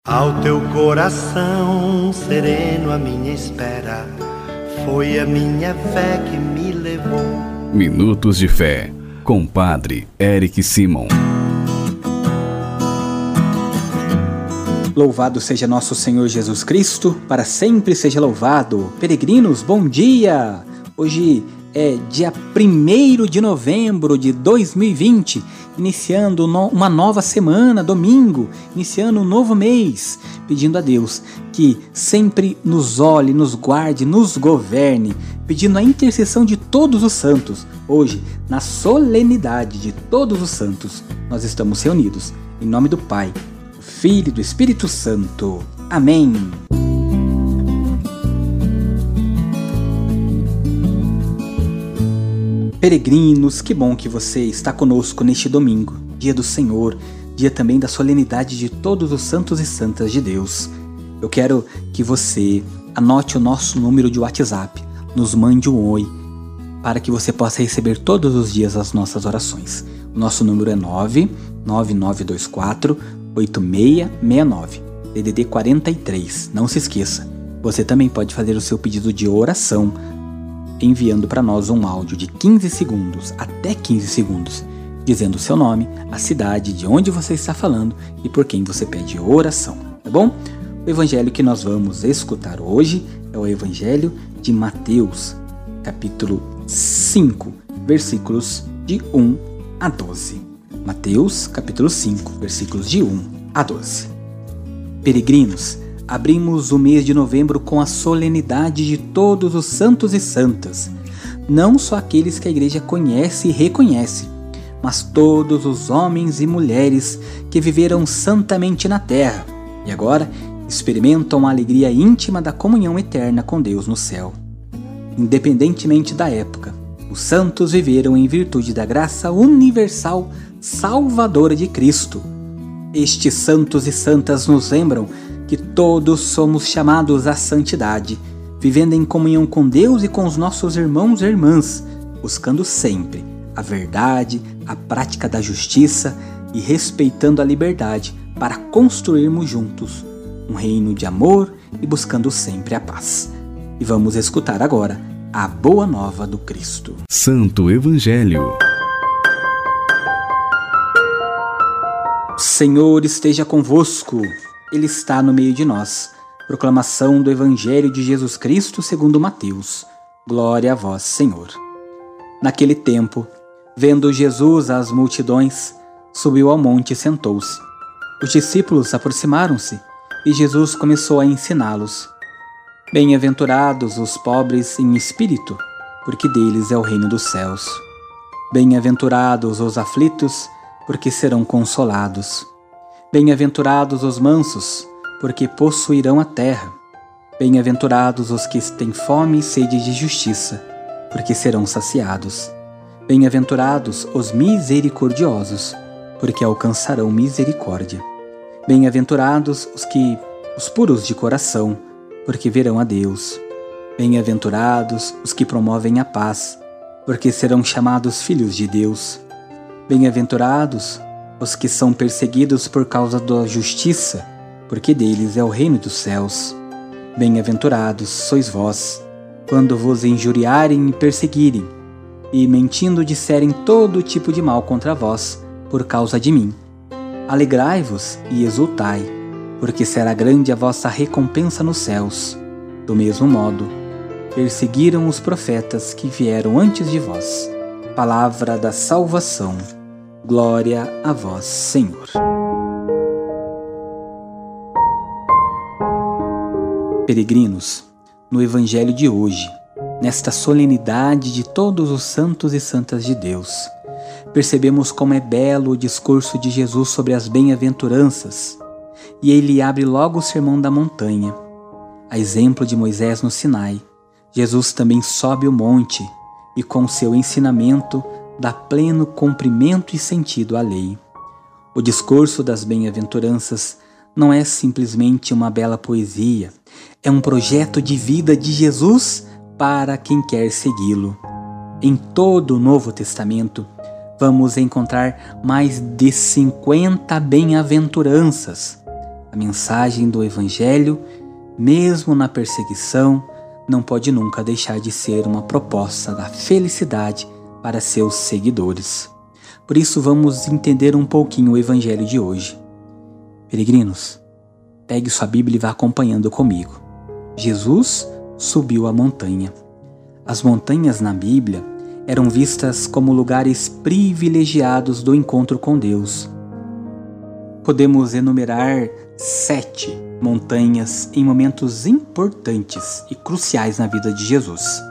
Ao teu coração sereno a minha espera, foi a minha fé que me levou. Minutos de Fé, com Padre Eric Simon. Louvado seja nosso Senhor Jesus Cristo, para sempre seja louvado. Peregrinos, bom dia! Hoje é dia 1º de novembro de 2020, iniciando uma nova semana, domingo, iniciando um novo mês, pedindo a Deus que sempre nos olhe, nos guarde, nos governe, pedindo a intercessão de todos os santos. Hoje, na solenidade de todos os santos, nós estamos reunidos em nome do Pai, do Filho e do Espírito Santo. Amém. Peregrinos, que bom que você está conosco neste domingo, dia do Senhor, dia também da solenidade de todos os santos e santas de Deus. Eu quero que você anote o nosso número de WhatsApp, nos mande um oi, para que você possa receber todos os dias as nossas orações. O nosso número é 99924-8669, DDD 43. Não se esqueça, você também pode fazer o seu pedido de oração, enviando para nós um áudio de 15 segundos, até 15 segundos, dizendo o seu nome, a cidade, de onde você está falando e por quem você pede oração, tá bom? O evangelho que nós vamos escutar hoje é o evangelho de Mateus, capítulo 5, versículos de 1 a 12. Mateus, capítulo 5, versículos de 1 a 12. Peregrinos, abrimos o mês de novembro com a solenidade de todos os santos e santas, não só aqueles que a igreja conhece e reconhece, mas todos os homens e mulheres que viveram santamente na terra e agora experimentam a alegria íntima da comunhão eterna com Deus no céu. Independentemente da época, os santos viveram em virtude da graça universal salvadora de Cristo. Estes santos e santas nos lembram que todos somos chamados à santidade, vivendo em comunhão com Deus e com os nossos irmãos e irmãs, buscando sempre a verdade, a prática da justiça e respeitando a liberdade para construirmos juntos um reino de amor e buscando sempre a paz. E vamos escutar agora a Boa Nova do Cristo. Santo Evangelho. O Senhor esteja convosco. Ele está no meio de nós. Proclamação do Evangelho de Jesus Cristo segundo Mateus. Glória a vós, Senhor. Naquele tempo, vendo Jesus as multidões, subiu ao monte e sentou-se. Os discípulos aproximaram-se e Jesus começou a ensiná-los. Bem-aventurados os pobres em espírito, porque deles é o reino dos céus. Bem-aventurados os aflitos, porque serão consolados. Bem-aventurados os mansos, porque possuirão a terra. Bem-aventurados os que têm fome e sede de justiça, porque serão saciados. Bem-aventurados os misericordiosos, porque alcançarão misericórdia. Bem-aventurados os puros de coração, porque verão a Deus. Bem-aventurados os que promovem a paz, porque serão chamados filhos de Deus. Bem-aventurados os que são perseguidos por causa da justiça, porque deles é o reino dos céus. Bem-aventurados sois vós, quando vos injuriarem e perseguirem, e mentindo disserem todo tipo de mal contra vós, por causa de mim. Alegrai-vos e exultai, porque será grande a vossa recompensa nos céus. Do mesmo modo, perseguiram os profetas que vieram antes de vós. Palavra da salvação. Glória a vós, Senhor. Peregrinos, no Evangelho de hoje, nesta solenidade de todos os santos e santas de Deus, percebemos como é belo o discurso de Jesus sobre as bem-aventuranças, e ele abre logo o Sermão da Montanha. A exemplo de Moisés no Sinai, Jesus também sobe o monte e com seu ensinamento dá pleno cumprimento e sentido à lei. O discurso das bem-aventuranças não é simplesmente uma bela poesia, é um projeto de vida de Jesus para quem quer segui-lo. Em todo o Novo Testamento, vamos encontrar mais de 50 bem-aventuranças. A mensagem do Evangelho, mesmo na perseguição, não pode nunca deixar de ser uma proposta da felicidade para seus seguidores. Por isso, vamos entender um pouquinho o Evangelho de hoje. Peregrinos, pegue sua Bíblia e vá acompanhando comigo. Jesus subiu a montanha. As montanhas na Bíblia eram vistas como lugares privilegiados do encontro com Deus. Podemos enumerar 7 montanhas em momentos importantes e cruciais na vida de Jesus.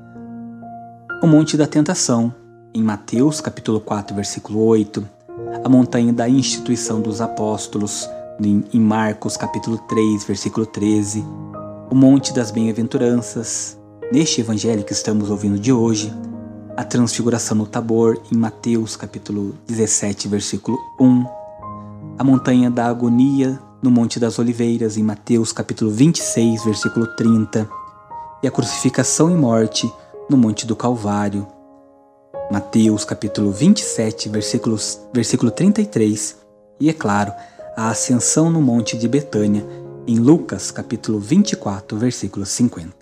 O Monte da Tentação, em Mateus capítulo 4, versículo 8, a montanha da instituição dos apóstolos, em Marcos capítulo 3, versículo 13, o Monte das Bem-aventuranças, neste evangelho que estamos ouvindo de hoje, a transfiguração no Tabor, em Mateus capítulo 17, versículo 1, a montanha da agonia no Monte das Oliveiras, em Mateus capítulo 26, versículo 30, e a crucificação e morte no Monte do Calvário, Mateus capítulo 27, versículo 33, e é claro, a ascensão no Monte de Betânia, em Lucas capítulo 24, versículo 50.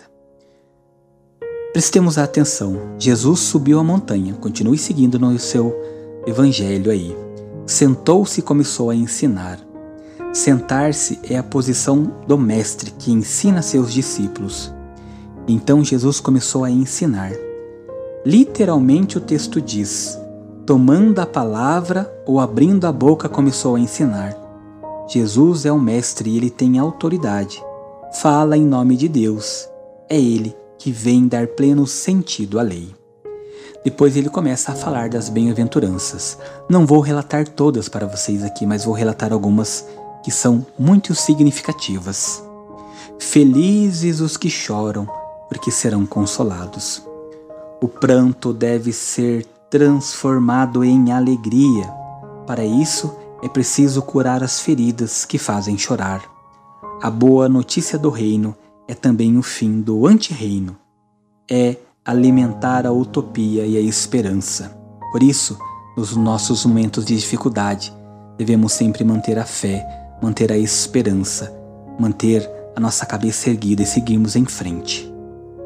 Prestemos atenção, Jesus subiu a montanha, continue seguindo no seu evangelho aí. Sentou-se e começou a ensinar. Sentar-se é a posição do mestre que ensina seus discípulos. Então Jesus começou a ensinar. Literalmente o texto diz: tomando a palavra ou abrindo a boca começou a ensinar. Jesus é o mestre e ele tem autoridade. Fala em nome de Deus. É ele que vem dar pleno sentido à lei. Depois ele começa a falar das bem-aventuranças. Não vou relatar todas para vocês aqui, mas vou relatar algumas que são muito significativas. Felizes os que choram, porque serão consolados. O pranto deve ser transformado em alegria. Para isso, é preciso curar as feridas que fazem chorar. A boa notícia do reino é também o fim do antirreino. É alimentar a utopia e a esperança. Por isso, nos nossos momentos de dificuldade, devemos sempre manter a fé, manter a esperança, manter a nossa cabeça erguida e seguirmos em frente.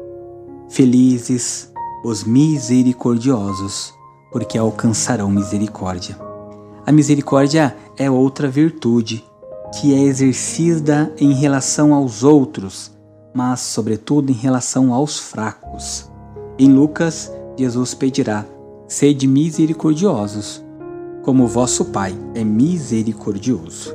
Felizes os misericordiosos, porque alcançarão misericórdia. A misericórdia é outra virtude que é exercida em relação aos outros, mas, sobretudo, em relação aos fracos. Em Lucas, Jesus pedirá: sede misericordiosos, como vosso Pai é misericordioso.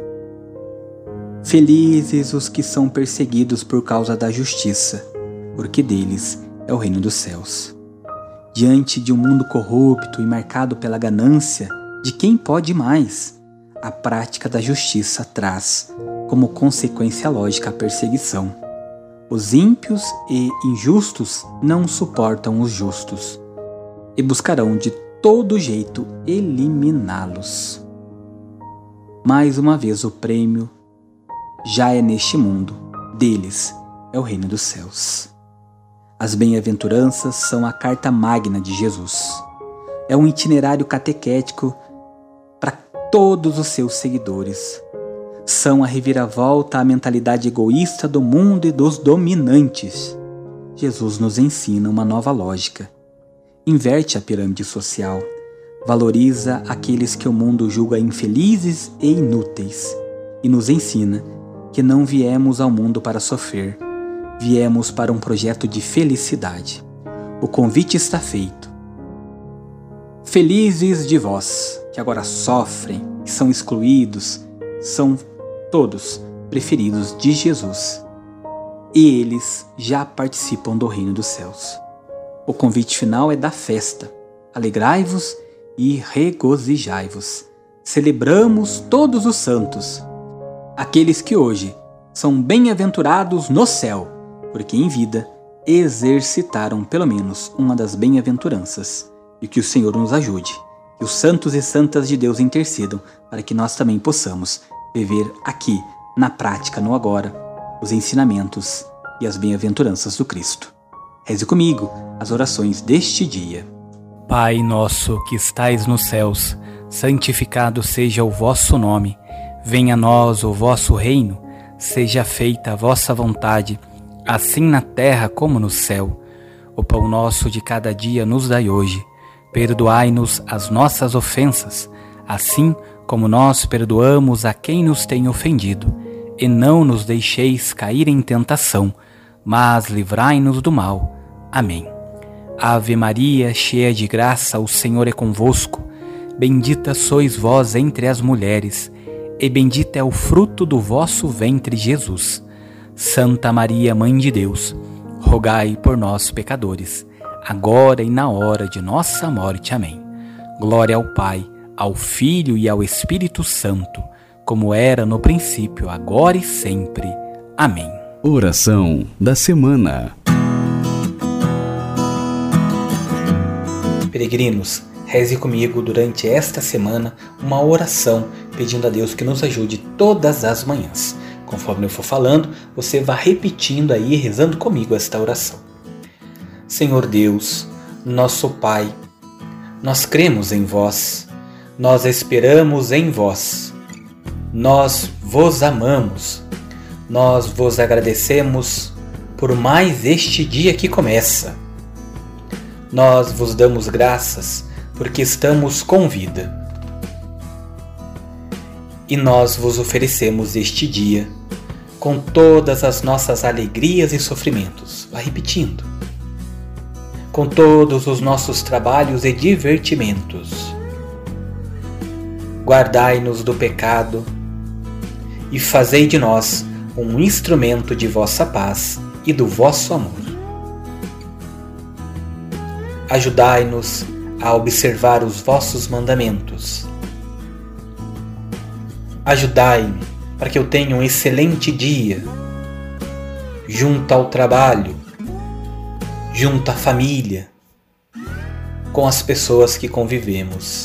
Felizes os que são perseguidos por causa da justiça, porque deles é o reino dos céus. Diante de um mundo corrupto e marcado pela ganância de quem pode mais, a prática da justiça traz como consequência lógica a perseguição. Os ímpios e injustos não suportam os justos e buscarão de todo jeito eliminá-los. Mais uma vez o prêmio já é neste mundo, deles é o reino dos céus. As bem-aventuranças são a carta magna de Jesus. É um itinerário catequético para todos os seus seguidores. São a reviravolta à mentalidade egoísta do mundo e dos dominantes. Jesus nos ensina uma nova lógica. Inverte a pirâmide social. Valoriza aqueles que o mundo julga infelizes e inúteis. E nos ensina que não viemos ao mundo para sofrer. Viemos para um projeto de felicidade. O convite está feito. Felizes de vós, que agora sofrem, que são excluídos, são todos preferidos de Jesus. E eles já participam do reino dos céus. O convite final é da festa. Alegrai-vos e regozijai-vos. Celebramos todos os santos, aqueles que hoje são bem-aventurados no céu, porque em vida exercitaram pelo menos uma das bem-aventuranças. E que o Senhor nos ajude, que os santos e santas de Deus intercedam para que nós também possamos viver aqui, na prática, no agora, os ensinamentos e as bem-aventuranças do Cristo. Reze comigo as orações deste dia. Pai nosso que estais nos céus, santificado seja o vosso nome. Venha a nós o vosso reino, seja feita a vossa vontade, assim na terra como no céu. O pão nosso de cada dia nos dai hoje. Perdoai-nos as nossas ofensas, assim como nós perdoamos a quem nos tem ofendido. E não nos deixeis cair em tentação, mas livrai-nos do mal. Amém. Ave Maria, cheia de graça, o Senhor é convosco. Bendita sois vós entre as mulheres, e bendito é o fruto do vosso ventre, Jesus. Santa Maria, Mãe de Deus, rogai por nós, pecadores, agora e na hora de nossa morte. Amém. Glória ao Pai, ao Filho e ao Espírito Santo, como era no princípio, agora e sempre. Amém. Oração da semana. Peregrinos, reze comigo durante esta semana uma oração pedindo a Deus que nos ajude todas as manhãs. Conforme eu for falando, você vai repetindo aí, rezando comigo esta oração. Senhor Deus, nosso Pai, nós cremos em vós, nós esperamos em vós, nós vos amamos, nós vos agradecemos por mais este dia que começa. Nós vos damos graças porque estamos com vida. E nós vos oferecemos este dia com todas as nossas alegrias e sofrimentos. Vai repetindo. Com todos os nossos trabalhos e divertimentos. Guardai-nos do pecado e fazei de nós um instrumento de vossa paz e do vosso amor. Ajudai-nos a observar os vossos mandamentos. Ajudai-me para que eu tenha um excelente dia, junto ao trabalho, junto à família, com as pessoas que convivemos.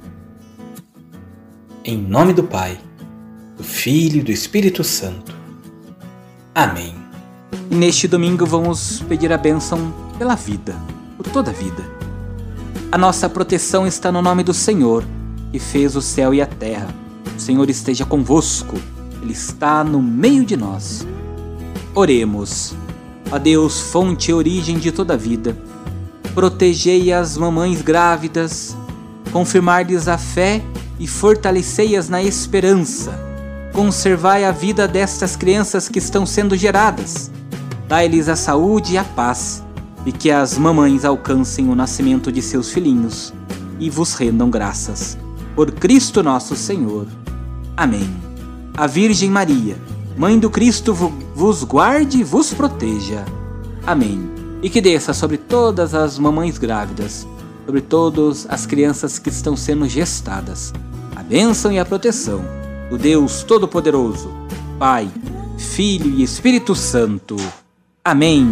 Em nome do Pai, do Filho e do Espírito Santo. Amém. E neste domingo vamos pedir a bênção pela vida, por toda a vida. A nossa proteção está no nome do Senhor, que fez o céu e a terra. O Senhor esteja convosco, Ele está no meio de nós. Oremos. Ó Deus, fonte e origem de toda a vida, protegei as mamães grávidas, confirmar-lhes a fé e fortalecei-as na esperança. Conservai a vida destas crianças que estão sendo geradas. Dai-lhes a saúde e a paz, e que as mamães alcancem o nascimento de seus filhinhos e vos rendam graças. Por Cristo nosso Senhor. Amém. A Virgem Maria, Mãe do Cristo, vos guarde e vos proteja. Amém. E que desça sobre todas as mamães grávidas, sobre todas as crianças que estão sendo gestadas, a bênção e a proteção do Deus Todo-Poderoso, Pai, Filho e Espírito Santo. Amém.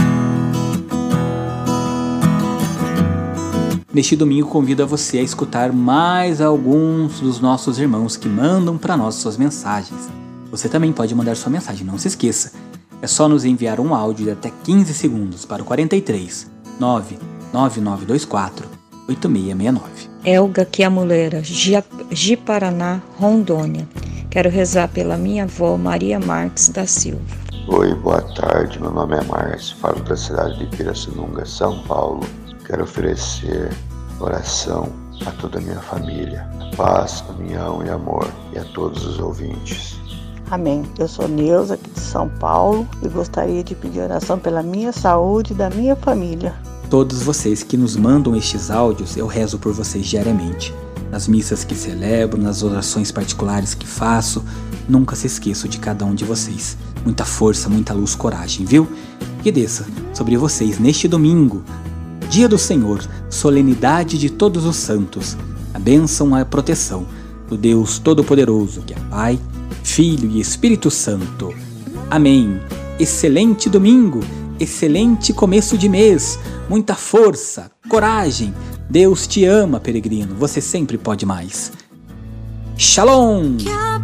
Neste domingo convido a você a escutar mais alguns dos nossos irmãos que mandam para nós suas mensagens. Você também pode mandar sua mensagem, não se esqueça. É só nos enviar um áudio de até 15 segundos para o 43 99924 8669. Elga Quiamuleira, Ji-Paraná, Rondônia. Quero rezar pela minha avó Maria Marques da Silva. Oi, boa tarde. Meu nome é Márcio, falo da cidade de Pirassununga, São Paulo. Quero oferecer oração a toda a minha família, paz, união e amor, e a todos os ouvintes. Amém. Eu sou Neuza, aqui de São Paulo, e gostaria de pedir oração pela minha saúde e da minha família. Todos vocês que nos mandam estes áudios, eu rezo por vocês diariamente. Nas missas que celebro, nas orações particulares que faço, nunca se esqueço de cada um de vocês. Muita força, muita luz, coragem, viu? Que desça sobre vocês neste domingo, Dia do Senhor, solenidade de todos os santos, a bênção e a proteção do Deus Todo-Poderoso, que é Pai, Filho e Espírito Santo. Amém. Excelente domingo, excelente começo de mês, muita força, coragem. Deus te ama, peregrino, você sempre pode mais. Shalom!